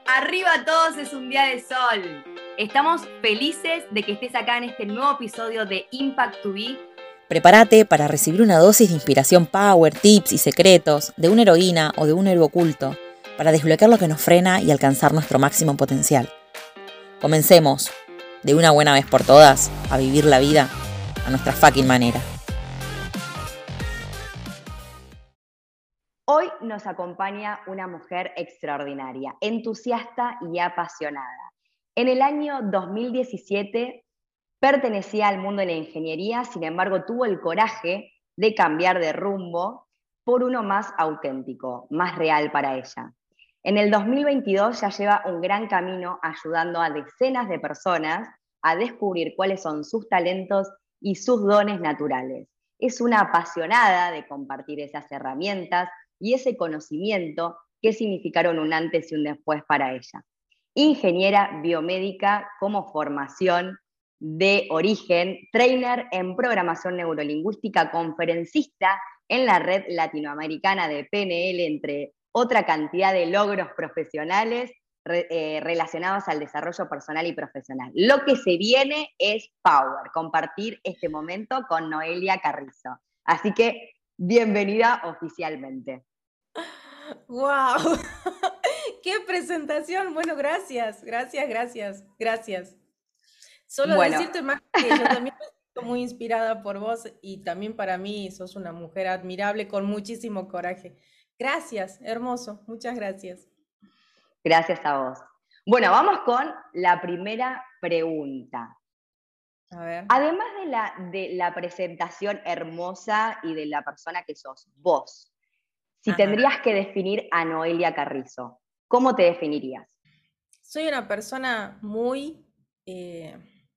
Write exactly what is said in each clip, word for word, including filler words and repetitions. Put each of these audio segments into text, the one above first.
Arriba a todos, es un día de sol. Estamos felices de que estés acá en este nuevo episodio de Impact to Be. Prepárate para recibir una dosis de inspiración power, tips y secretos de una heroína o de un héroe oculto para desbloquear lo que nos frena y alcanzar nuestro máximo potencial. Comencemos, de una buena vez por todas, a vivir la vida a nuestra fucking manera. Hoy nos acompaña una mujer extraordinaria, entusiasta y apasionada. En el año dos mil diecisiete pertenecía al mundo de la ingeniería, sin embargo tuvo el coraje de cambiar de rumbo por uno más auténtico, más real para ella. En el dos mil veintidós ya lleva un gran camino ayudando a decenas de personas a descubrir cuáles son sus talentos y sus dones naturales. Es una apasionada de compartir esas herramientas y ese conocimiento que significaron un antes y un después para ella. Ingeniera biomédica como formación de origen, trainer en programación neurolingüística, conferencista en la red latinoamericana de P N L, entre otra cantidad de logros profesionales re, eh, relacionados al desarrollo personal y profesional. Lo que se viene es power, compartir este momento con Noelia Carrizo. Así que bienvenida oficialmente. ¡Wow! ¡Qué presentación! Bueno, gracias, gracias, gracias, gracias. Solo bueno. decirte más que yo también me siento muy inspirada por vos y también para mí sos una mujer admirable con muchísimo coraje. Gracias, hermoso, muchas gracias. Gracias a vos. Bueno, vamos con la primera pregunta. A ver. Además de la, de la presentación hermosa y de la persona que sos, vos, si Ajá. tendrías que definir a Noelia Carrizo, ¿cómo te definirías? Soy una persona muy... Eh,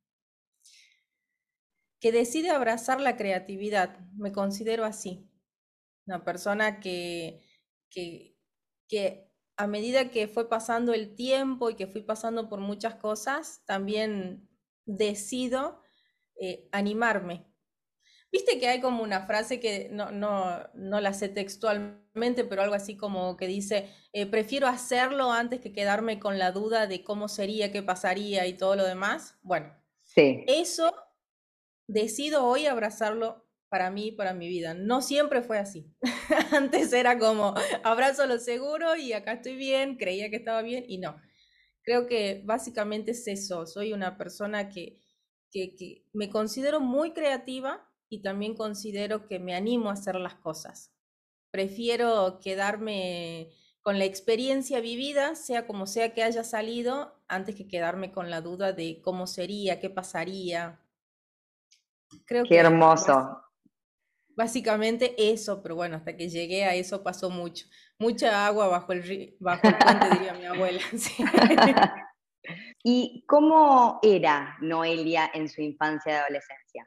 que decide abrazar la creatividad, me considero así. Una persona que, que, que a medida que fue pasando el tiempo y que fui pasando por muchas cosas, también decido eh, animarme. Viste que hay como una frase que no, no, no la sé textualmente, pero algo así como que dice, eh, prefiero hacerlo antes que quedarme con la duda de cómo sería, qué pasaría y todo lo demás. Bueno, sí. Eso decido hoy abrazarlo para mí, para mi vida. No siempre fue así. Antes era como, abrazo lo seguro y acá estoy bien, creía que estaba bien y no. Creo que básicamente es eso. Soy una persona que, que, que me considero muy creativa y también considero que me animo a hacer las cosas. Prefiero quedarme con la experiencia vivida, sea como sea que haya salido, antes que quedarme con la duda de cómo sería, qué pasaría. Creo Qué que hermoso. Básicamente eso, pero bueno, hasta que llegué a eso pasó mucho. Mucha agua bajo el, bajo el puente, diría mi abuela. Sí. ¿Y cómo era Noelia en su infancia y adolescencia?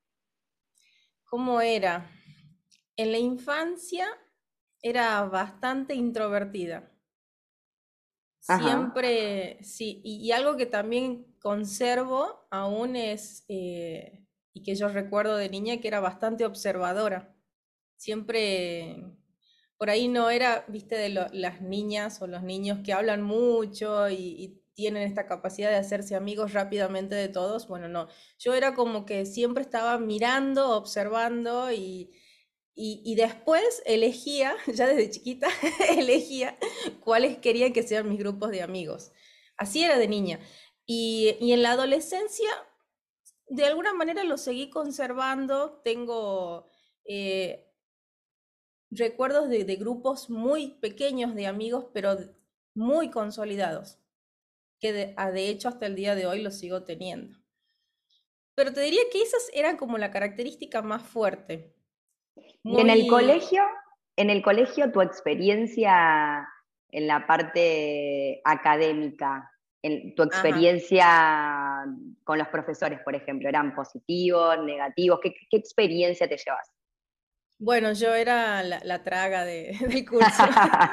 ¿Cómo era? En la infancia era bastante introvertida. Siempre, Ajá. sí, y, y algo que también conservo aún es, eh, y que yo recuerdo de niña, que era bastante observadora. Siempre, por ahí no era, viste, de lo, las niñas o los niños que hablan mucho y, y tienen esta capacidad de hacerse amigos rápidamente de todos. Bueno, no, yo era como que siempre estaba mirando, observando y, y, y después elegía, ya desde chiquita, elegía cuáles quería que sean mis grupos de amigos. Así era de niña. Y, y en la adolescencia, de alguna manera lo seguí conservando. Tengo eh, recuerdos de, de grupos muy pequeños de amigos, pero muy consolidados, que de, de hecho hasta el día de hoy los sigo teniendo. Pero te diría que esas eran como la característica más fuerte. Muy... ¿Y en el colegio, en el colegio tu experiencia en la parte académica, en tu experiencia Ajá. con los profesores, por ejemplo, eran positivos, negativos? ¿Qué, qué experiencia te llevas? Bueno, yo era la, la traga de, del curso.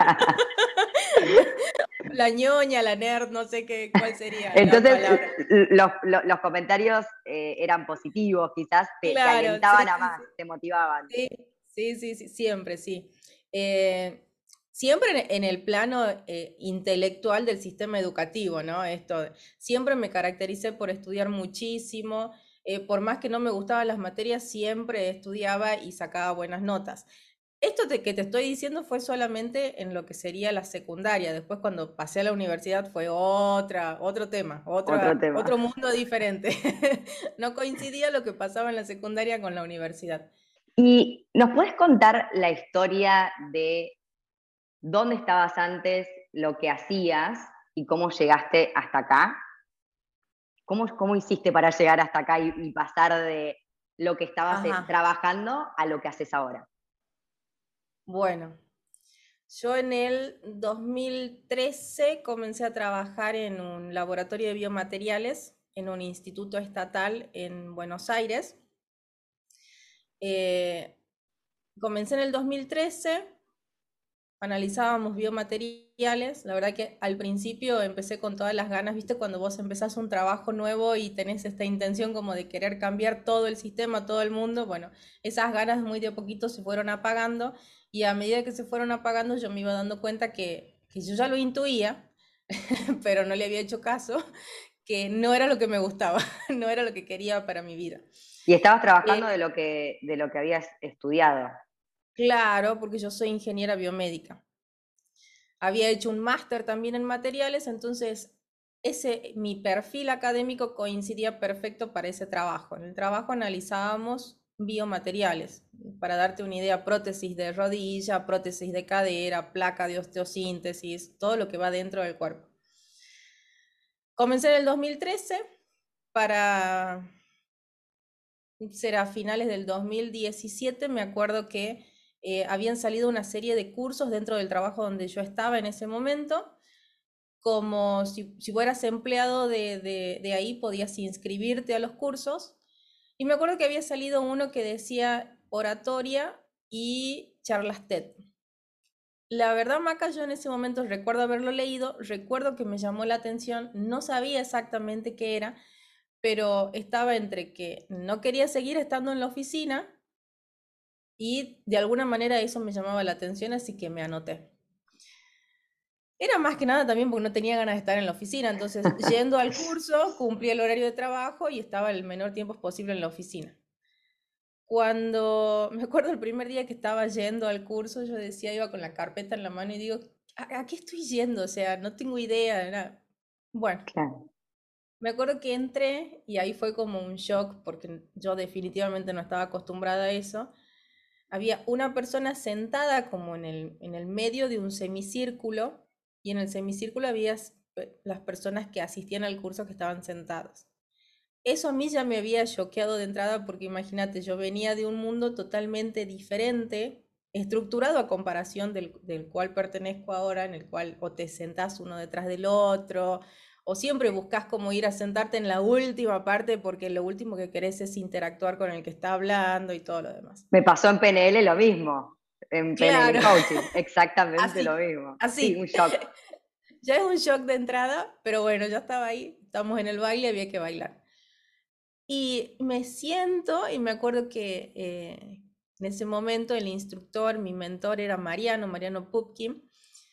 La ñoña, la nerd, no sé qué, cuál sería Entonces, la palabra. Los, los, los comentarios eh, eran positivos, quizás te, claro, te alentaban sí, a sí, más, sí. te motivaban. Sí, sí, sí, sí siempre, sí. Eh, Siempre en, en el plano eh, intelectual del sistema educativo, ¿no? Esto, siempre me caractericé por estudiar muchísimo, eh, por más que no me gustaban las materias, siempre estudiaba y sacaba buenas notas. Esto te- que te estoy diciendo fue solamente en lo que sería la secundaria. Después, cuando pasé a la universidad, fue otra, otro tema, Otro otra, tema. otro mundo diferente. No coincidía lo que pasaba en la secundaria con la universidad. ¿Y nos puedes contar la historia de dónde estabas antes, lo que hacías y cómo llegaste hasta acá? ¿Cómo, cómo hiciste para llegar hasta acá y, y pasar de lo que estabas eh, Ajá. trabajando a lo que haces ahora? Bueno, yo en el dos mil trece comencé a trabajar en un laboratorio de biomateriales en un instituto estatal en Buenos Aires. Eh, Comencé en el dos mil trece, analizábamos biomateriales. La verdad que al principio empecé con todas las ganas, ¿viste? Cuando vos empezás un trabajo nuevo y tenés esta intención como de querer cambiar todo el sistema, todo el mundo, bueno, esas ganas muy de a poquito se fueron apagando y a medida que se fueron apagando yo me iba dando cuenta que, que yo ya lo intuía, pero no le había hecho caso, que no era lo que me gustaba, no era lo que quería para mi vida. Y estabas Eh, trabajando de lo que, de lo que habías estudiado. claro, porque yo soy ingeniera biomédica. Había hecho un máster también en materiales, entonces ese, mi perfil académico coincidía perfecto para ese trabajo. En el trabajo analizábamos biomateriales, para darte una idea, prótesis de rodilla, prótesis de cadera, placa de osteosíntesis, todo lo que va dentro del cuerpo. Comencé en el dos mil trece, para ser a finales del dos mil diecisiete, me acuerdo que eh, habían salido una serie de cursos dentro del trabajo donde yo estaba en ese momento, como si, si fueras empleado de, de, de ahí, podías inscribirte a los cursos. Y me acuerdo que había salido uno que decía oratoria y charlas TED. La verdad, Maca, yo en ese momento recuerdo haberlo leído, recuerdo que me llamó la atención, no sabía exactamente qué era, pero estaba entre que no quería seguir estando en la oficina y de alguna manera eso me llamaba la atención, así que me anoté. Era más que nada también porque no tenía ganas de estar en la oficina, entonces yendo al curso, cumplía el horario de trabajo y estaba el menor tiempo posible en la oficina. Cuando me acuerdo el primer día que estaba yendo al curso, yo decía, iba con la carpeta en la mano y digo, ¿a, a qué estoy yendo? O sea, no tengo idea de nada. Bueno, Claro. me acuerdo que entré y ahí fue como un shock porque yo definitivamente no estaba acostumbrada a eso. Había una persona sentada como en el, en el medio de un semicírculo y en el semicírculo había las personas que asistían al curso que estaban sentadas. Eso a mí ya me había choqueado de entrada porque imagínate, yo venía de un mundo totalmente diferente, estructurado a comparación del, del cual pertenezco ahora, en el cual o te sentás uno detrás del otro, o siempre buscas como ir a sentarte en la última parte porque lo último que querés es interactuar con el que está hablando y todo lo demás. Me pasó en P N L lo mismo, en P N L, en Claro, coaching, exactamente lo así, mismo. Sí, un así. shock. Ya es un shock de entrada, pero bueno, ya estaba ahí, estamos en el baile, había que bailar. Y me siento y me acuerdo que eh, en ese momento el instructor, mi mentor era Mariano, Mariano Pupkin,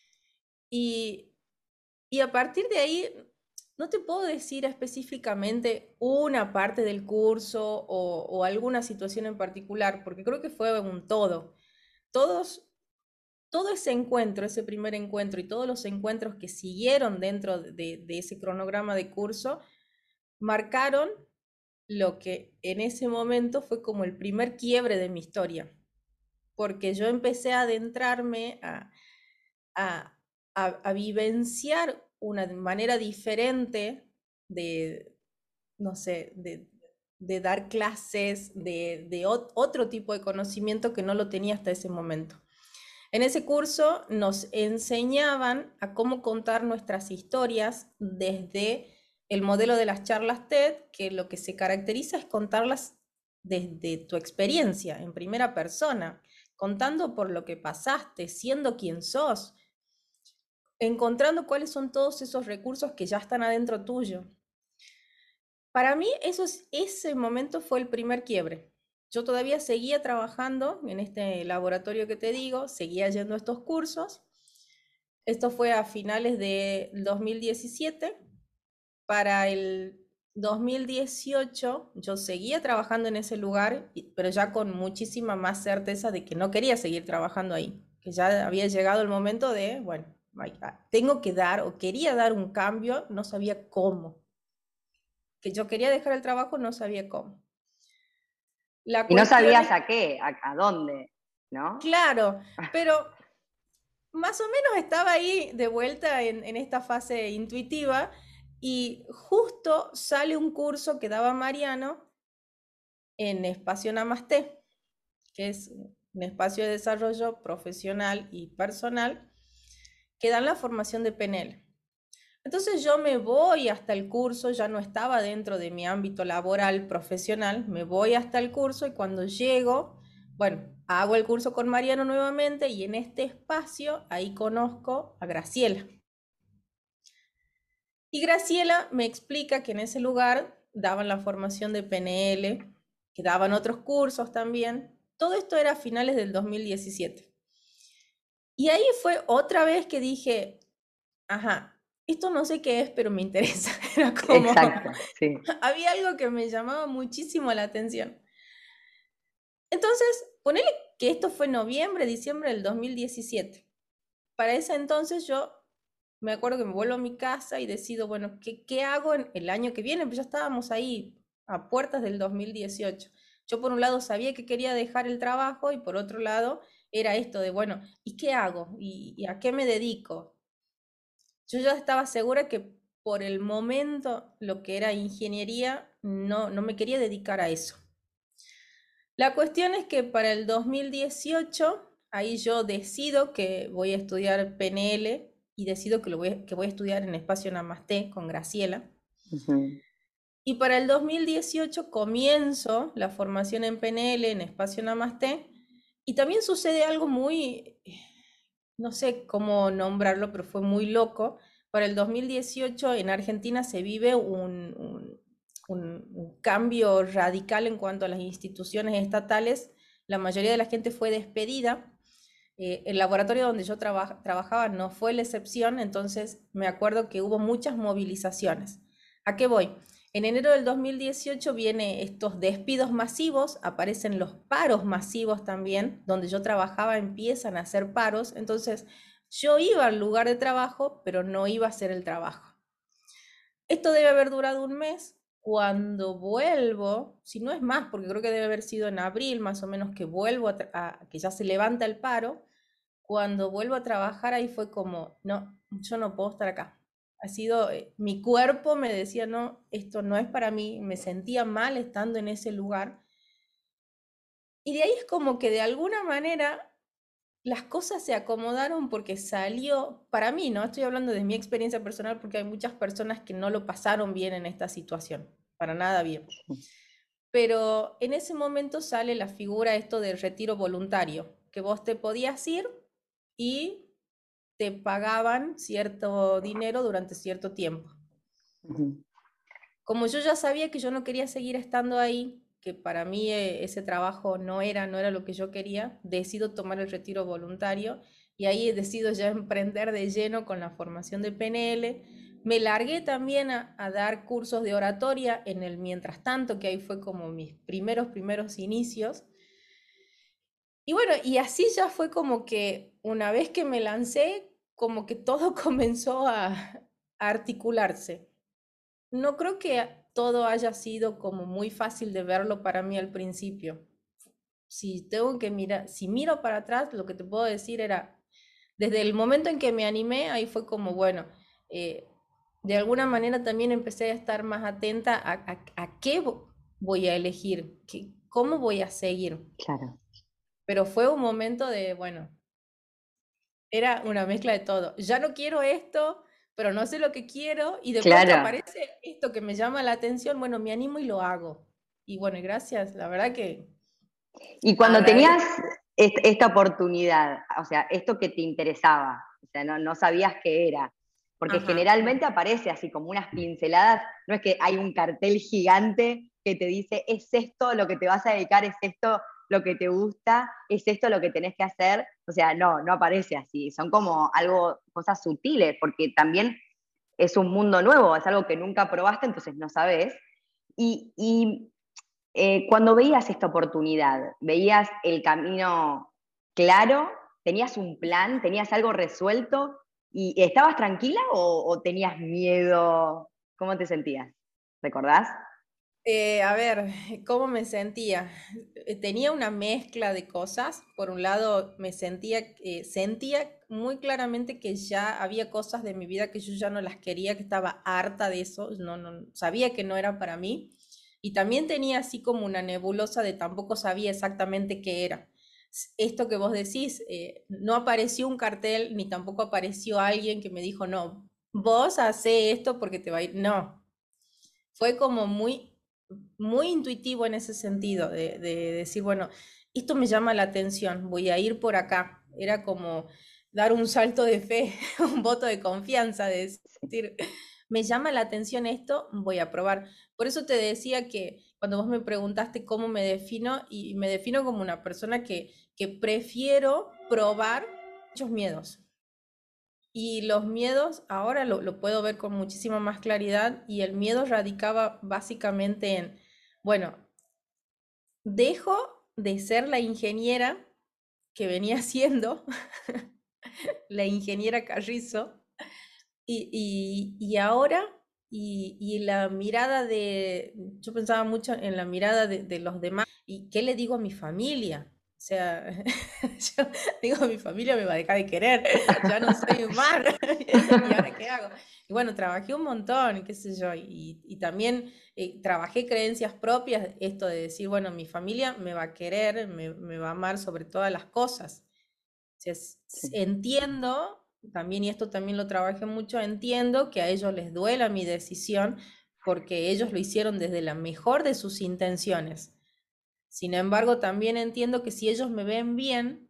y, y a partir de ahí no te puedo decir específicamente una parte del curso o, o alguna situación en particular, porque creo que fue un todo. Todos, todo ese encuentro, ese primer encuentro y todos los encuentros que siguieron dentro de, de ese cronograma de curso marcaron lo que en ese momento fue como el primer quiebre de mi historia, porque yo empecé a adentrarme a, a, a, a vivenciar una manera diferente de, no sé, de, de dar clases, de, de ot- otro tipo de conocimiento que no lo tenía hasta ese momento. En ese curso nos enseñaban a cómo contar nuestras historias desde el modelo de las charlas TED, que lo que se caracteriza es contarlas desde tu experiencia, en primera persona, contando por lo que pasaste, siendo quien sos, encontrando cuáles son todos esos recursos que ya están adentro tuyo. Para mí eso es, ese momento fue el primer quiebre. Yo todavía seguía trabajando en este laboratorio que te digo, seguía yendo a estos cursos, Esto fue a finales del dos mil diecisiete. Para el dos mil dieciocho yo seguía trabajando en ese lugar, pero ya con muchísima más certeza de que no quería seguir trabajando ahí, que ya había llegado el momento de, bueno, tengo que dar o quería dar un cambio, no sabía cómo. Que yo quería dejar el trabajo, no sabía cómo. La y no sabías es... a qué, a, a dónde, ¿no? Claro, pero más o menos estaba ahí de vuelta en, en esta fase intuitiva. Y justo sale un curso que daba Mariano en Espacio Namaste, que es un espacio de desarrollo profesional y personal, que dan la formación de P N L. Entonces yo me voy hasta el curso, ya no estaba dentro de mi ámbito laboral profesional, me voy hasta el curso y cuando llego, bueno, hago el curso con Mariano nuevamente y en este espacio ahí conozco a Graciela. Y Graciela me explica que en ese lugar daban la formación de P N L, que daban otros cursos también. Todo esto era a finales del dos mil diecisiete. Y ahí fue otra vez que dije, ajá, esto no sé qué es, pero me interesa. Era como, exacto, sí. Había algo que me llamaba muchísimo la atención. Entonces, ponele que esto fue noviembre, diciembre del dos mil diecisiete. Para ese entonces yo me acuerdo que me vuelvo a mi casa y decido, bueno, ¿qué, qué hago en el año que viene? Pues ya estábamos ahí a puertas del dos mil dieciocho. Yo por un lado sabía que quería dejar el trabajo y por otro lado era esto de, bueno, ¿y qué hago? ¿Y, y a qué me dedico? Yo ya estaba segura que por el momento lo que era ingeniería no, no me quería dedicar a eso. La cuestión es que para el dos mil dieciocho ahí yo decido que voy a estudiar P N L y decido que, lo voy, a, que voy a estudiar en Espacio Namaste con Graciela. Uh-huh. Y para el dos mil dieciocho comienzo la formación en P N L en Espacio Namaste y también sucede algo muy, no sé cómo nombrarlo, pero fue muy loco. Para el dos mil dieciocho en Argentina se vive un, un, un, un cambio radical en cuanto a las instituciones estatales. La mayoría de la gente fue despedida. Eh, el laboratorio donde yo traba, trabajaba no fue la excepción, entonces me acuerdo que hubo muchas movilizaciones. ¿A qué voy? En enero del dos mil dieciocho vienen estos despidos masivos, aparecen los paros masivos también, donde yo trabajaba empiezan a hacer paros, entonces yo iba al lugar de trabajo, pero no iba a hacer el trabajo. Esto debe haber durado un mes. Cuando vuelvo, si no es más, porque creo que debe haber sido en abril más o menos que vuelvo, a, a que ya se levanta el paro, cuando vuelvo a trabajar ahí fue como, no, yo no puedo estar acá. Ha sido, eh, mi cuerpo me decía, no, esto no es para mí, me sentía mal estando en ese lugar. Y de ahí es como que de alguna manera las cosas se acomodaron porque salió, para mí, ¿no? Estoy hablando de mi experiencia personal porque hay muchas personas que no lo pasaron bien en esta situación, para nada bien. Pero en ese momento sale la figura esto del retiro voluntario, que vos te podías ir y te pagaban cierto dinero durante cierto tiempo. Uh-huh. Como yo ya sabía que yo no quería seguir estando ahí, que para mí ese trabajo no era, no era lo que yo quería, decido tomar el retiro voluntario y ahí decido ya emprender de lleno con la formación de P N L. Me largué también a, a dar cursos de oratoria en el mientras tanto, que ahí fue como mis primeros, primeros inicios. Y bueno, y así ya fue como que una vez que me lancé, como que todo comenzó a, a articularse. No creo que todo haya sido como muy fácil de verlo para mí al principio. Si tengo que mirar, si miro para atrás, lo que te puedo decir era, desde el momento en que me animé, ahí fue como, bueno, eh, de alguna manera también empecé a estar más atenta a, a, a qué voy a elegir, qué, cómo voy a seguir. Claro. Pero fue un momento de, bueno, era una mezcla de todo. Ya no quiero esto, pero no sé lo que quiero, y de claro. pronto aparece esto que me llama la atención, bueno, me animo y lo hago. Y bueno, gracias, la verdad que... Y cuando tenías esta oportunidad, o sea, esto que te interesaba, o sea, no, no sabías qué era, porque Ajá. generalmente aparece así como unas pinceladas, no es que hay un cartel gigante que te dice, es esto lo que te vas a dedicar, es esto lo que te gusta, es esto lo que tenés que hacer. O sea, no, no aparece así. Son como algo, cosas sutiles, porque también es un mundo nuevo, es algo que nunca probaste, entonces no sabes. Y, y eh, cuando veías esta oportunidad, ¿veías el camino claro? ¿Tenías un plan? ¿Tenías algo resuelto? ¿Y estabas tranquila o, o tenías miedo? ¿Cómo te sentías? ¿Recordás? Eh, a ver, ¿cómo me sentía? Eh, Tenía una mezcla de cosas. Por un lado, me sentía, eh, sentía muy claramente que ya había cosas de mi vida que yo ya no las quería, que estaba harta de eso, no, no, sabía que no era para mí. Y también tenía así como una nebulosa de tampoco sabía exactamente qué era. S- Esto que vos decís, eh, no apareció un cartel ni tampoco apareció alguien que me dijo, no, vos hacé esto porque te va a ir. No, fue como muy, muy intuitivo en ese sentido, de, de decir, bueno, esto me llama la atención, voy a ir por acá. Era como dar un salto de fe, un voto de confianza, de decir, me llama la atención esto, voy a probar. Por eso te decía que cuando vos me preguntaste cómo me defino, y me defino como una persona que, que prefiero probar muchos miedos. Y los miedos ahora lo, lo puedo ver con muchísima más claridad y el miedo radicaba básicamente en, bueno, dejo de ser la ingeniera que venía siendo, la ingeniera Carrizo, y, y, y ahora, y, y la mirada de, yo pensaba mucho en la mirada de, de los demás, y qué le digo a mi familia. O sea, yo digo, mi familia me va a dejar de querer, ya no soy humana, ¿y ahora qué hago? Y bueno, trabajé un montón, qué sé yo, y, y también eh, trabajé creencias propias, esto de decir, bueno, mi familia me va a querer, me, me va a amar sobre todas las cosas. O sea, s- s- Sí, entiendo también, y esto también lo trabajé mucho, entiendo que a ellos les duela mi decisión porque ellos lo hicieron desde la mejor de sus intenciones. Sin embargo, también entiendo que si ellos me ven bien,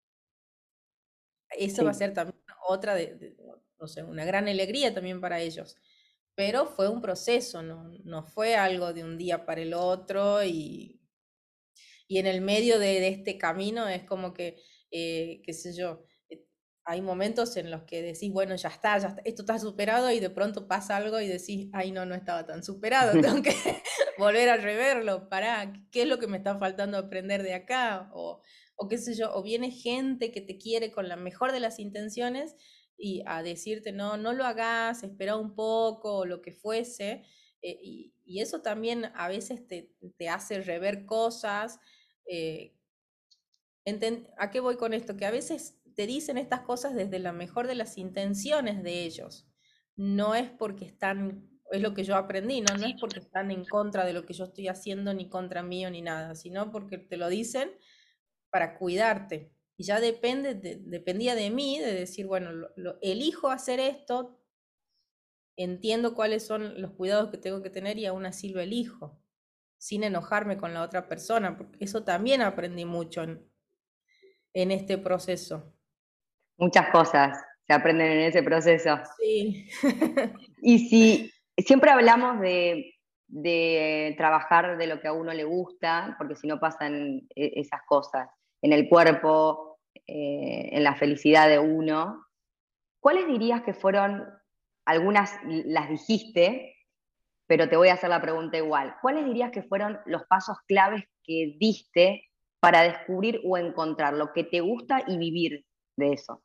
eso va a sí. ser también otra de, de- no sé, una gran alegría también para ellos. Pero fue un proceso, no, no fue algo de un día para el otro y, y en el medio de, de este camino es como que, eh, qué sé yo, eh, hay momentos en los que decís, bueno, ya está, ya está, esto está superado y de pronto pasa algo y decís, ay, no, no estaba tan superado, tengo que volver a reverlo, pará, ¿qué es lo que me está faltando aprender de acá? O, o qué sé yo, o viene gente que te quiere con la mejor de las intenciones y a decirte, no, no lo hagas, espera un poco, o lo que fuese. eh, y, y eso también a veces te, te hace rever cosas. eh, enten- ¿A qué voy con esto? Que a veces te dicen estas cosas desde la mejor de las intenciones de ellos. No es porque están, es lo que yo aprendí, ¿no? No es porque están en contra de lo que yo estoy haciendo, ni contra mío, ni nada, sino porque te lo dicen para cuidarte. Y ya depende de- dependía de mí de decir, bueno, lo, lo- elijo hacer esto, entiendo cuáles son los cuidados que tengo que tener y aún así lo elijo, sin enojarme con la otra persona, porque eso también aprendí mucho en, en este proceso. Muchas cosas se aprenden en ese proceso. Sí. Y si siempre hablamos de, de trabajar de lo que a uno le gusta, porque si no pasan e- esas cosas en el cuerpo, eh, en la felicidad de uno, ¿cuáles dirías que fueron, algunas las dijiste, pero te voy a hacer la pregunta igual, ¿cuáles dirías que fueron los pasos claves que diste para descubrir o encontrar lo que te gusta y vivir de eso?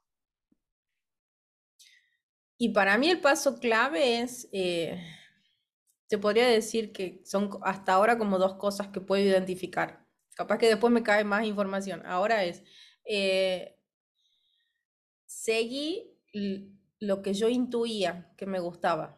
Y para mí el paso clave es, eh, te podría decir que son co- hasta ahora como dos cosas que puedo identificar. Capaz que después me cae más información. Ahora es, eh, seguí l- lo que yo intuía que me gustaba,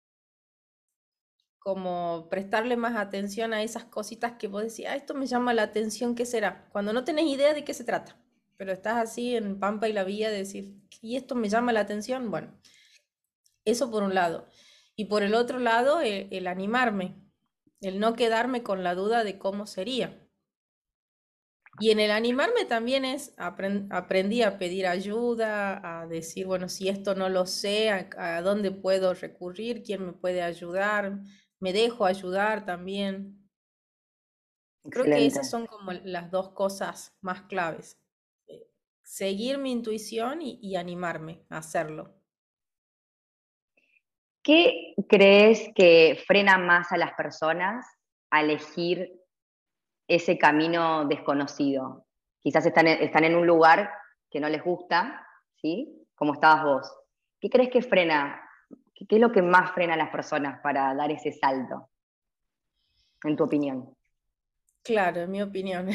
como prestarle más atención a esas cositas que vos decís, ah, esto me llama la atención, ¿qué será? Cuando no tenés idea de qué se trata, pero estás así en Pampa y la Vía de decir, ¿y esto me llama la atención? Bueno, eso por un lado. Y por el otro lado, el, el animarme, el no quedarme con la duda de cómo sería. Y en el animarme también es, apren- aprendí a pedir ayuda, a decir, bueno, si esto no lo sé, a, a dónde puedo recurrir, quién me puede ayudar, me dejo ayudar también. Creo que Excelente. esas son como las dos cosas más claves. Eh, Seguir mi intuición y, y animarme a hacerlo. ¿Qué crees que frena más a las personas a elegir ese camino desconocido? Quizás están en, están en un lugar que no les gusta, ¿sí? Como estabas vos. ¿Qué crees que frena? ¿Qué, qué es lo que más frena a las personas para dar ese salto, en tu opinión? Claro, en mi opinión.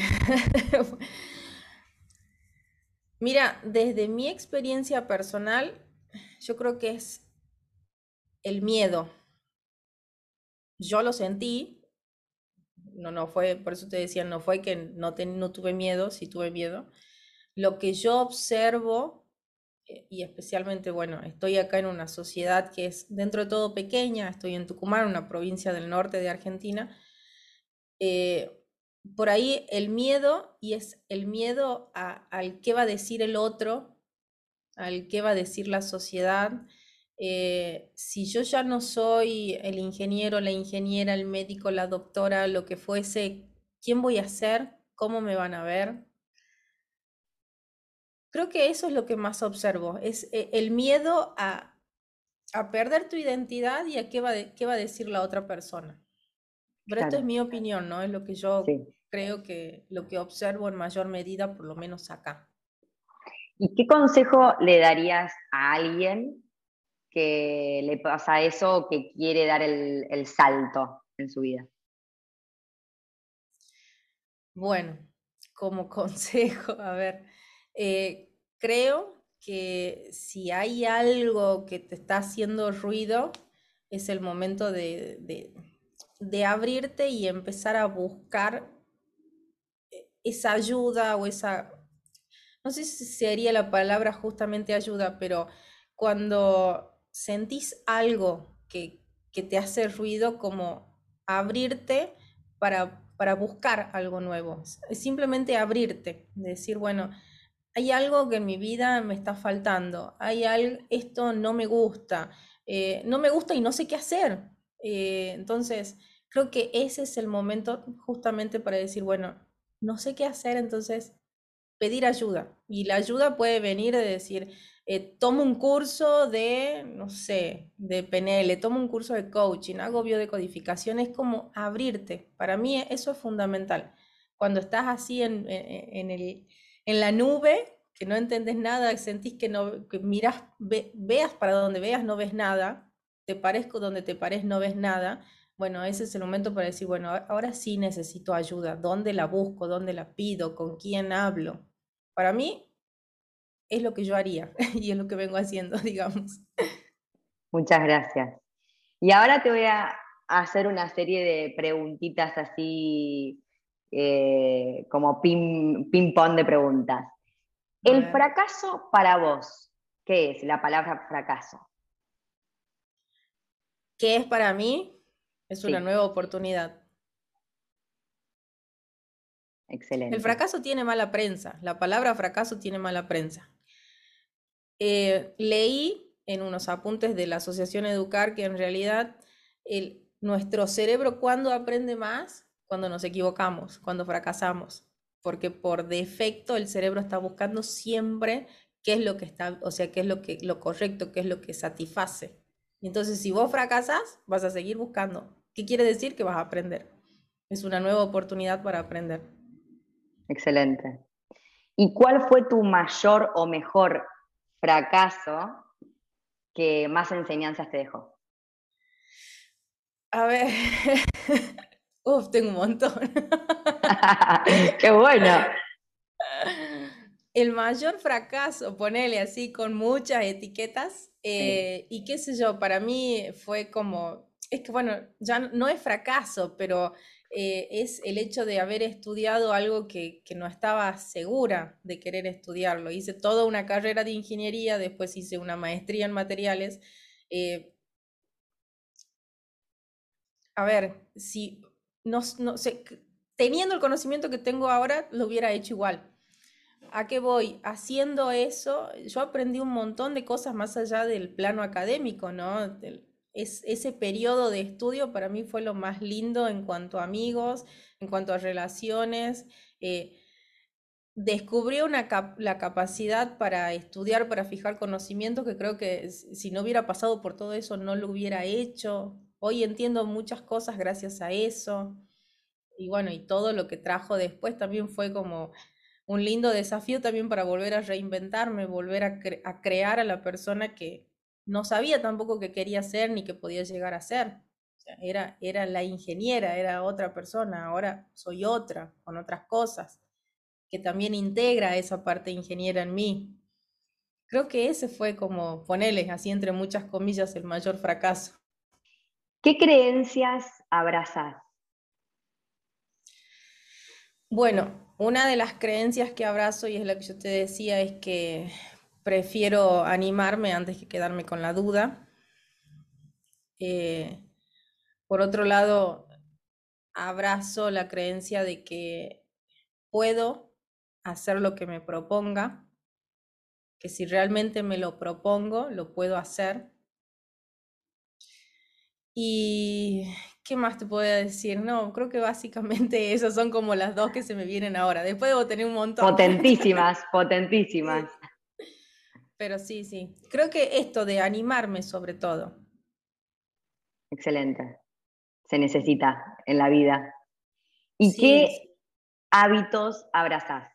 Mira, desde mi experiencia personal, yo creo que es el miedo. Yo lo sentí, no, no fue, por eso te decía, no fue que no, te- no tuve miedo, sí tuve miedo. Lo que yo observo, eh, y especialmente, bueno, estoy acá en una sociedad que es dentro de todo pequeña, estoy en Tucumán, una provincia del norte de Argentina, eh, por ahí el miedo, y es el miedo a- al qué va a decir el otro, al qué va a decir la sociedad. Eh, si yo ya no soy el ingeniero, la ingeniera, el médico, la doctora, lo que fuese, ¿quién voy a ser? ¿Cómo me van a ver? Creo que eso es lo que más observo, es eh, el miedo a, a perder tu identidad y a qué va, de- qué va a decir la otra persona. Pero esto es Claro, mi opinión, ¿no? Es lo que yo sí. creo que lo que observo en mayor medida, por lo menos acá. ¿Y qué consejo le darías a alguien que le pasa eso o que quiere dar el, el salto en su vida? Bueno, como consejo, a ver, eh, creo que si hay algo que te está haciendo ruido, es el momento de, de, de abrirte y empezar a buscar esa ayuda o esa, no sé si sería la palabra justamente ayuda, pero cuando sentís algo que, que te hace ruido, como abrirte para, para buscar algo nuevo. Es simplemente abrirte, decir, bueno, hay algo que en mi vida me está faltando, hay algo, esto no me gusta, eh, no me gusta y no sé qué hacer. Eh, entonces, creo que ese es el momento justamente para decir, bueno, no sé qué hacer, entonces pedir ayuda. Y la ayuda puede venir de decir, eh, tomo un curso de, no sé, de P N L, tomo un curso de coaching, hago biodecodificación, es como abrirte. Para mí eso es fundamental. Cuando estás así en, en- en el, en la nube, que no entendés nada, sentís que no, que mirás, ve- veas para donde veas, no ves nada, te parezco donde te pares, no ves nada. Bueno, ese es el momento para decir, bueno, ahora sí necesito ayuda. ¿Dónde la busco? ¿Dónde la pido? ¿Con quién hablo? Para mí es lo que yo haría y es lo que vengo haciendo, digamos. Muchas gracias. Y ahora te voy a hacer una serie de preguntitas así, eh, como ping, ping pong de preguntas. A El ver, fracaso para vos, ¿qué es la palabra fracaso? ¿qué es para mí? Es una Sí, nueva oportunidad. El excelente. fracaso tiene mala prensa, la palabra fracaso tiene mala prensa. Eh, leí en unos apuntes de la Asociación Educar que en realidad el, nuestro cerebro cuando aprende más, cuando nos equivocamos, cuando fracasamos, porque por defecto el cerebro está buscando siempre qué es lo que está, o sea, qué es lo que lo correcto, qué es lo que satisface. Y entonces, si vos fracasas, vas a seguir buscando. ¿Qué quiere decir? Que vas a aprender. Es una nueva oportunidad para aprender. Excelente. ¿Y cuál fue tu mayor o mejor fracaso que más enseñanzas te dejó? A ver, uf, tengo un montón. ¡Qué bueno! El mayor fracaso, ponele así con muchas etiquetas, Sí, eh, y qué sé yo, para mí fue como, es que bueno, ya no es fracaso, pero eh, es el hecho de haber estudiado algo que, que no estaba segura de querer estudiarlo. Hice toda una carrera de ingeniería, después hice una maestría en materiales. eh, a ver, si no, no sé, teniendo el conocimiento que tengo ahora, lo hubiera hecho igual. ¿A qué voy? Haciendo eso, yo aprendí un montón de cosas más allá del plano académico, ¿no? Del- es, ese periodo de estudio para mí fue lo más lindo en cuanto a amigos, en cuanto a relaciones. eh, Descubrí una cap- la capacidad para estudiar, para fijar conocimientos que creo que s- si no hubiera pasado por todo eso no lo hubiera hecho. Hoy entiendo muchas cosas gracias a eso. Y bueno, y todo lo que trajo después también fue como un lindo desafío también para volver a reinventarme, volver a, cre- a crear a la persona que no sabía tampoco que quería ser ni que podía llegar a ser. O sea, era, era la ingeniera, era otra persona, ahora soy otra, con otras cosas, que también integra esa parte ingeniera en mí. Creo que ese fue como, ponele así entre muchas comillas, el mayor fracaso. ¿Qué creencias abrazás? Bueno, una de las creencias que abrazo y es la que yo te decía es que prefiero animarme antes que quedarme con la duda. Eh, por otro lado, abrazo la creencia de que puedo hacer lo que me proponga, que si realmente me lo propongo, lo puedo hacer. ¿Y qué más te puedo decir? No, creo que básicamente esas son como las dos que se me vienen ahora. Después debo tener un montón. Potentísimas, potentísimas. Sí. Pero sí, sí. Creo que esto de animarme sobre todo. Excelente. Se necesita en la vida. ¿Y Sí, qué sí. hábitos abrazás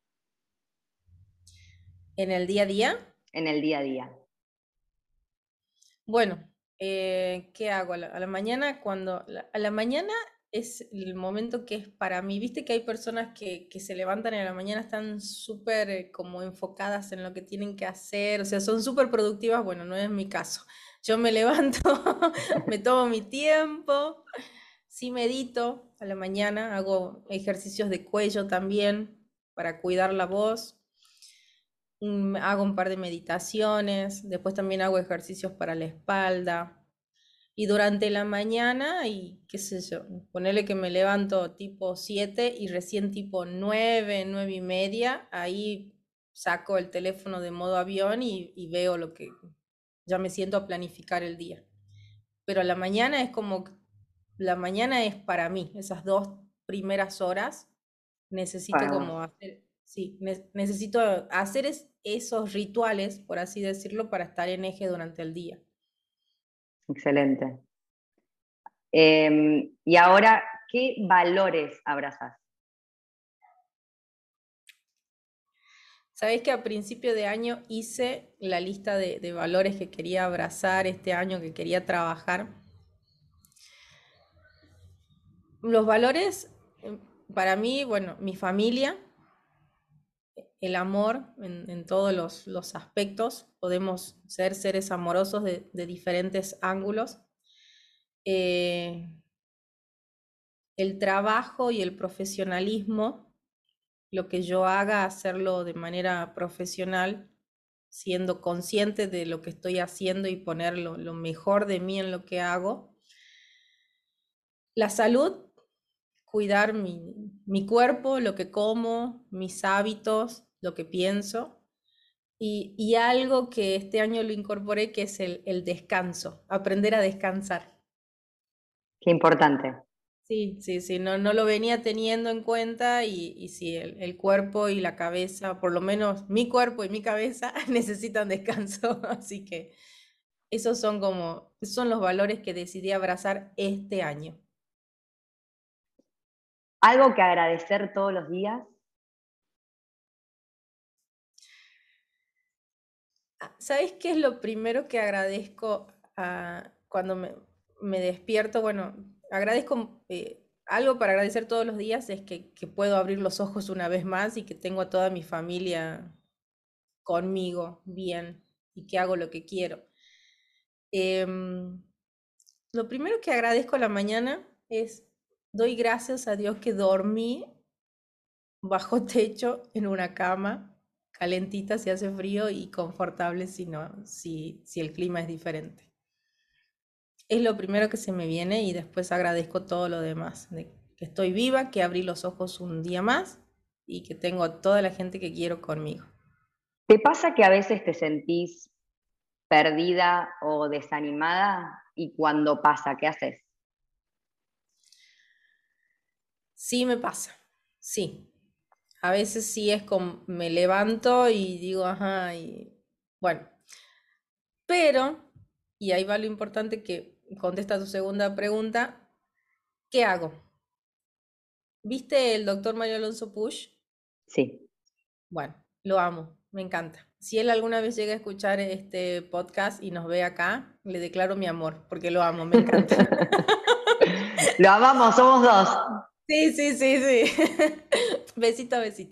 En el día a día. en el día a día? Bueno, eh, ¿qué hago? A la, a la mañana, cuando... la- a la mañana es el momento que es para mí. Viste que hay personas que, que se levantan y a la mañana están súper eh, como enfocadas en lo que tienen que hacer, o sea, son súper productivas. Bueno, no es mi caso. Yo me levanto, me tomo mi tiempo, sí medito a la mañana, hago ejercicios de cuello también para cuidar la voz. Mm, hago un par de meditaciones, después también hago ejercicios para la espalda. Y durante la mañana, y qué sé yo, ponele que me levanto tipo siete y recién tipo nueve nueve y media, ahí saco el teléfono de modo avión y, y veo lo que ya me siento a planificar el día. Pero la mañana es como, la mañana es para mí, esas dos primeras horas necesito Para vos. como hacer, sí, ne- necesito hacer es- esos rituales, por así decirlo, para estar en eje durante el día. Excelente. Eh, y ahora, ¿qué valores abrazás? Sabés que a principio de año hice la lista de, de valores que quería abrazar este año, que quería trabajar. Los valores, eh, para mí, bueno, mi familia, el amor en, en todos los, los aspectos, podemos ser seres amorosos de, de diferentes ángulos. Eh, el trabajo y el profesionalismo, lo que yo haga, hacerlo de manera profesional, siendo consciente de lo que estoy haciendo y poner lo, lo mejor de mí en lo que hago. La salud, cuidar mi, mi cuerpo, lo que como, mis hábitos, lo que pienso. Y, y algo que este año lo incorporé, que es el, el descanso, aprender a descansar. Qué importante. Sí, sí, sí, no, no lo venía teniendo en cuenta y, y sí, el, el cuerpo y la cabeza, por lo menos mi cuerpo y mi cabeza necesitan descanso, así que esos son como, esos son los valores que decidí abrazar este año. ¿Algo que agradecer todos los días? Ah, ¿sabes qué es lo primero que agradezco ah, cuando me, me despierto? Bueno, agradezco, eh, algo para agradecer todos los días es que, que puedo abrir los ojos una vez más y que tengo a toda mi familia conmigo bien y que hago lo que quiero. Em, lo primero que agradezco a la mañana es, doy gracias a Dios que dormí bajo techo en una cama, calentita si hace frío y confortable si no, si, si el clima es diferente. Es lo primero que se me viene y después agradezco todo lo demás, de que estoy viva, que abrí los ojos un día más y que tengo a toda la gente que quiero conmigo. ¿Te pasa que a veces te sentís perdida o desanimada? Y cuando pasa, ¿qué haces? Sí me pasa, sí. A veces sí es como me levanto y digo, ajá, y bueno, pero, y ahí va lo importante que contesta tu segunda pregunta, ¿qué hago? ¿Viste el doctor Mario Alonso Push? Sí. Bueno, lo amo, me encanta. Si él alguna vez llega a escuchar este podcast y nos ve acá, le declaro mi amor, porque lo amo, me encanta. Lo amamos, somos dos. Sí, sí, sí, sí. Besito, besito.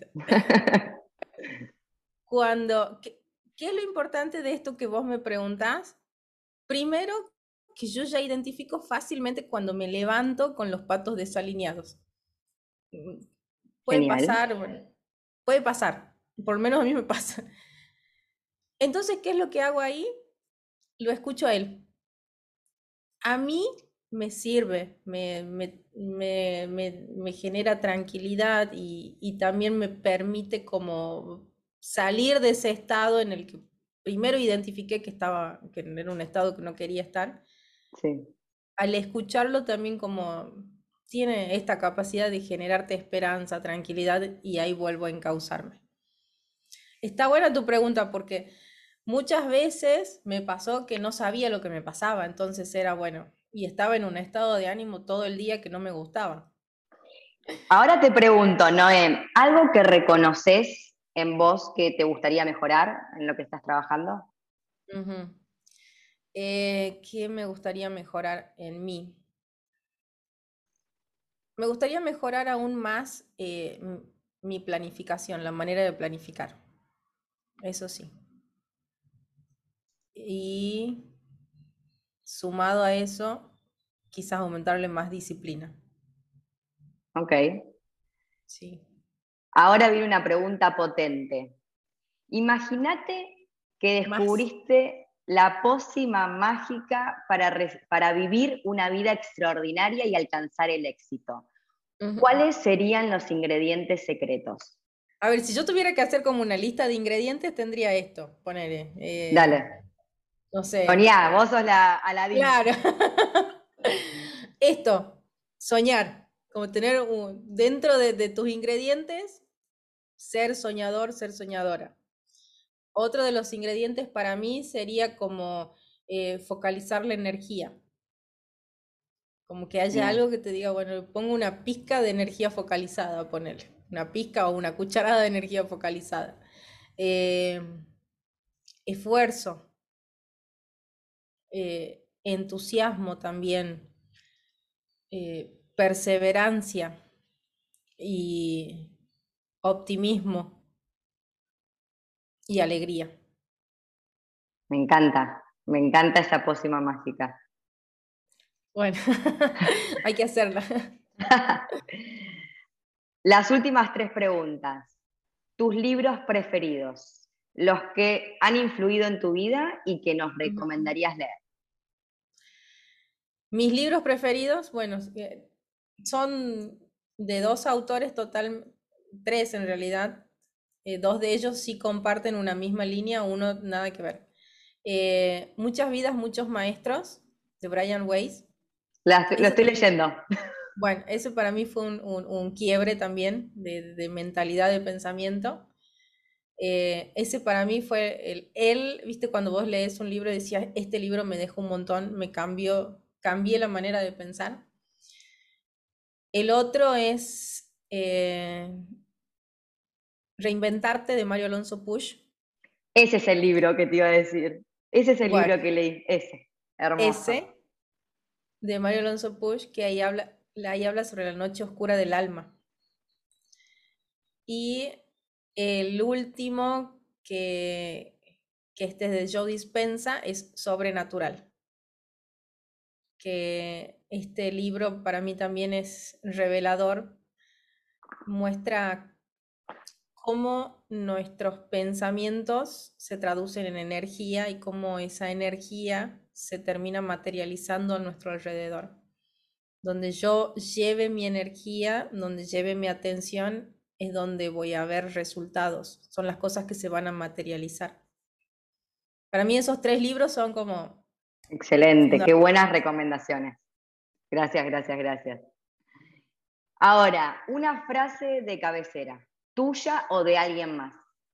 Cuando, ¿qué, qué es lo importante de esto que vos me preguntás? Primero, que yo ya identifico fácilmente cuando me levanto con los patos desalineados. Mm, Puede Genial. pasar, bueno, puede pasar, por lo menos a mí me pasa. Entonces, ¿qué es lo que hago ahí? Lo escucho a él. A mí me sirve, me, me, me, me, me genera tranquilidad y, y también me permite como salir de ese estado en el que primero identifiqué que estaba, que era un estado que no quería estar. Sí. Al escucharlo también como tiene esta capacidad de generarte esperanza, tranquilidad y ahí vuelvo a encauzarme. Está buena tu pregunta porque muchas veces me pasó que no sabía lo que me pasaba, entonces era bueno, y estaba en un estado de ánimo todo el día que no me gustaba. Ahora te pregunto, Noé, ¿algo que reconoces en vos que te gustaría mejorar en lo que estás trabajando? Ujú. Eh, ¿qué me gustaría mejorar en mí? Me gustaría mejorar aún más eh, m- mi planificación, la manera de planificar, eso sí. Y sumado a eso, quizás aumentarle más disciplina. Ok. Sí. Ahora viene una pregunta potente. Imagínate que Más. descubriste la pócima mágica para, re- para vivir una vida extraordinaria y alcanzar el éxito. Ujú. ¿Cuáles serían los ingredientes secretos? A ver, si yo tuviera que hacer como una lista de ingredientes, tendría esto. Ponele, eh, Dale. no sé. Sonia, vos sos la Aladín. Claro. Esto, soñar. Como tener un- dentro de, de tus ingredientes, ser soñador, ser soñadora. Otro de los ingredientes para mí sería como eh, focalizar la energía. Como que haya Genial. algo que te diga, bueno, le pongo una pizca de energía focalizada, ponerle. Una pizca o una cucharada de energía focalizada. Eh, esfuerzo, eh, entusiasmo también, eh, perseverancia y optimismo y alegría. Me encanta, me encanta esa pócima mágica. Bueno, hay que hacerla. Las últimas tres preguntas. Tus libros preferidos, los que han influido en tu vida y que nos Ujú. recomendarías leer. Mis libros preferidos, bueno, eh, son de dos autores total, tres en realidad. Eh, dos de ellos sí comparten una misma línea, uno nada que ver. Eh, Muchas vidas, muchos maestros, de Brian Weiss. Las- lo Ese estoy también, leyendo. bueno, ese para mí fue un, un- un quiebre también de, de mentalidad, de pensamiento. Eh, ese para mí fue el, él, viste, cuando vos lees un libro y decías, este libro me dejó un montón, me cambió, cambié la manera de pensar. El otro es eh, Reinventarte de Mario Alonso Push. Ese es el libro que te iba a decir. Ese es el Bueno, libro que leí. Ese. Hermoso. ese de Mario Alonso Push, que ahí habla, ahí habla sobre la noche oscura del alma. Y el último que, que este es de Joe Dispenza es Sobrenatural, que este libro para mí también es revelador, muestra cómo nuestros pensamientos se traducen en energía y cómo esa energía se termina materializando a nuestro alrededor. Donde yo lleve mi energía, donde lleve mi atención, es donde voy a ver resultados. Son las cosas que se van a materializar. Para mí esos tres libros son como... Excelente, qué buenas recomendaciones. Gracias, gracias, gracias. Ahora, una frase de cabecera, ¿tuya o de alguien más?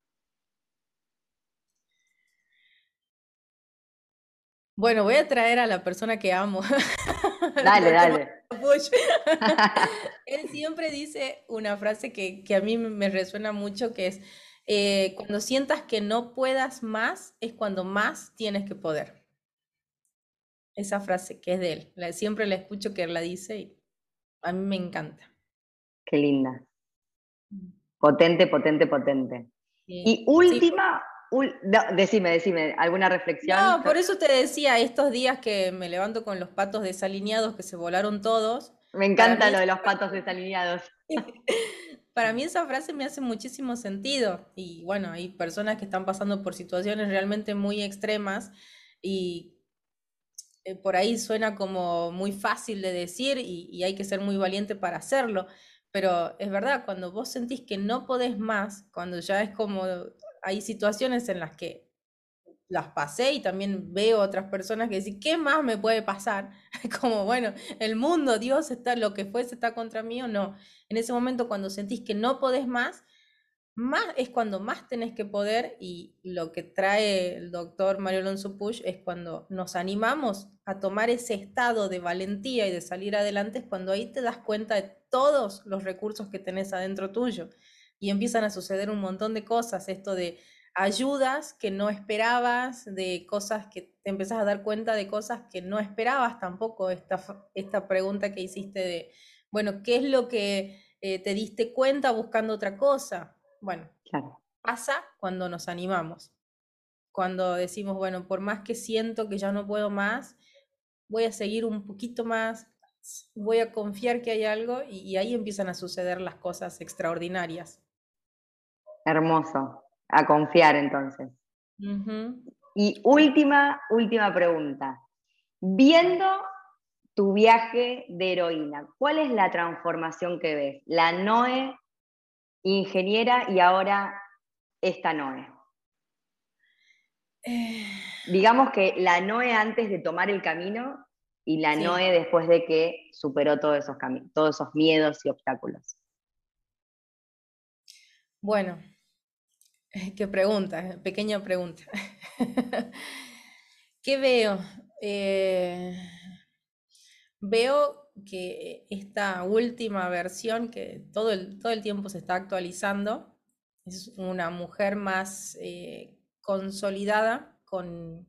Bueno, voy a traer a la persona que amo. Dale, dale. Él siempre dice una frase que, que a mí me resuena mucho, que es, eh, cuando sientas que no puedas más, es cuando más tienes que poder. Esa frase que es de él, la, siempre la escucho que él la dice y a mí me encanta. Qué linda. Potente, potente, potente. Sí. Y última, sí. ul, no, decime, decime, ¿alguna reflexión? No, por eso te decía, estos días que me levanto con los patos desalineados, que se volaron todos. Me encanta lo de los patos desalineados. Para mí esa frase me hace muchísimo sentido. Y bueno, hay personas que están pasando por situaciones realmente muy extremas y eh, por ahí suena como muy fácil de decir y, y hay que ser muy valiente para hacerlo. Pero es verdad, cuando vos sentís que no podés más, cuando ya es como, hay situaciones en las que las pasé y también veo otras personas que dicen, ¿qué más me puede pasar? Como, bueno, el mundo, Dios, está, lo que fuese está contra mí o no. En ese momento, cuando sentís que no podés más, más es cuando más tenés que poder, y lo que trae el doctor Mario Alonso Puig es cuando nos animamos a tomar ese estado de valentía y de salir adelante, es cuando ahí te das cuenta de todos los recursos que tenés adentro tuyo y empiezan a suceder un montón de cosas, esto de ayudas que no esperabas, de cosas que te empezás a dar cuenta de cosas que no esperabas tampoco, esta, esta pregunta que hiciste de, bueno, ¿qué es lo que eh, te diste cuenta buscando otra cosa? Bueno, claro. Pasa cuando nos animamos, cuando decimos, bueno, por más que siento que ya no puedo más, voy a seguir un poquito más, voy a confiar que hay algo, y, y ahí empiezan a suceder las cosas extraordinarias. Hermoso, a confiar entonces. Uh-huh. Y última, última pregunta. Viendo tu viaje de heroína, ¿cuál es la transformación que ves? La Noé ingeniera y ahora esta Noé. Eh... Digamos que la Noé antes de tomar el camino y la sí. Noé después de que superó todos esos caminos, todos esos miedos y obstáculos. Bueno, qué pregunta, pequeña pregunta. ¿Qué veo? Eh, veo que esta última versión, que todo el, todo el tiempo se está actualizando, es una mujer más eh, consolidada, con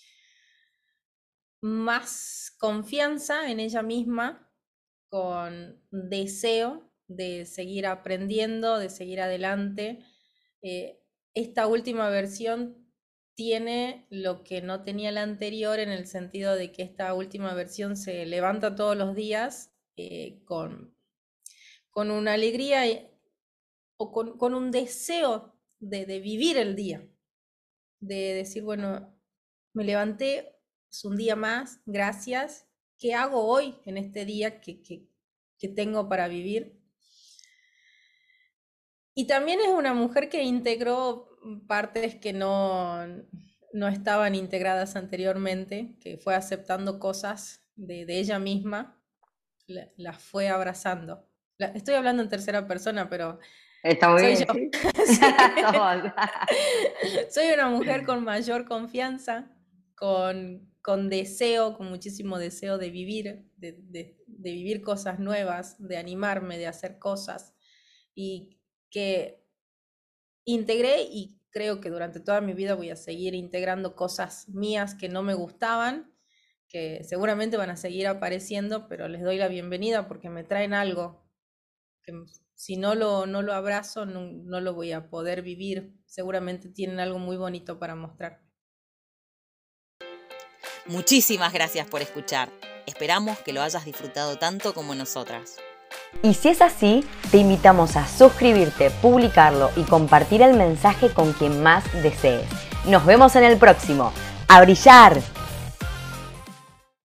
más confianza en ella misma, con deseo de seguir aprendiendo, de seguir adelante. Eh, esta última versión tiene lo que no tenía la anterior, en el sentido de que esta última versión se levanta todos los días eh, con, con una alegría y, o con, con un deseo de, de vivir el día, de decir, bueno, me levanté, es un día más, gracias, ¿qué hago hoy en este día que, que, que tengo para vivir? Y también es una mujer que integró partes que no, no estaban integradas anteriormente, que fue aceptando cosas de, de ella misma, las la fue abrazando. La, estoy hablando en tercera persona, pero está muy soy bien, yo. ¿sí? Soy una mujer con mayor confianza, con, con deseo, con muchísimo deseo de vivir, de, de, de vivir cosas nuevas, de animarme, de hacer cosas, y que integré, y creo que durante toda mi vida voy a seguir integrando cosas mías que no me gustaban, que seguramente van a seguir apareciendo, pero les doy la bienvenida porque me traen algo que si no lo, no lo abrazo no, no lo voy a poder vivir. Seguramente tienen algo muy bonito para mostrar. Muchísimas gracias por escuchar. Esperamos que lo hayas disfrutado tanto como nosotras. Y si es así, te invitamos a suscribirte, publicarlo y compartir el mensaje con quien más desees. Nos vemos en el próximo. ¡A brillar!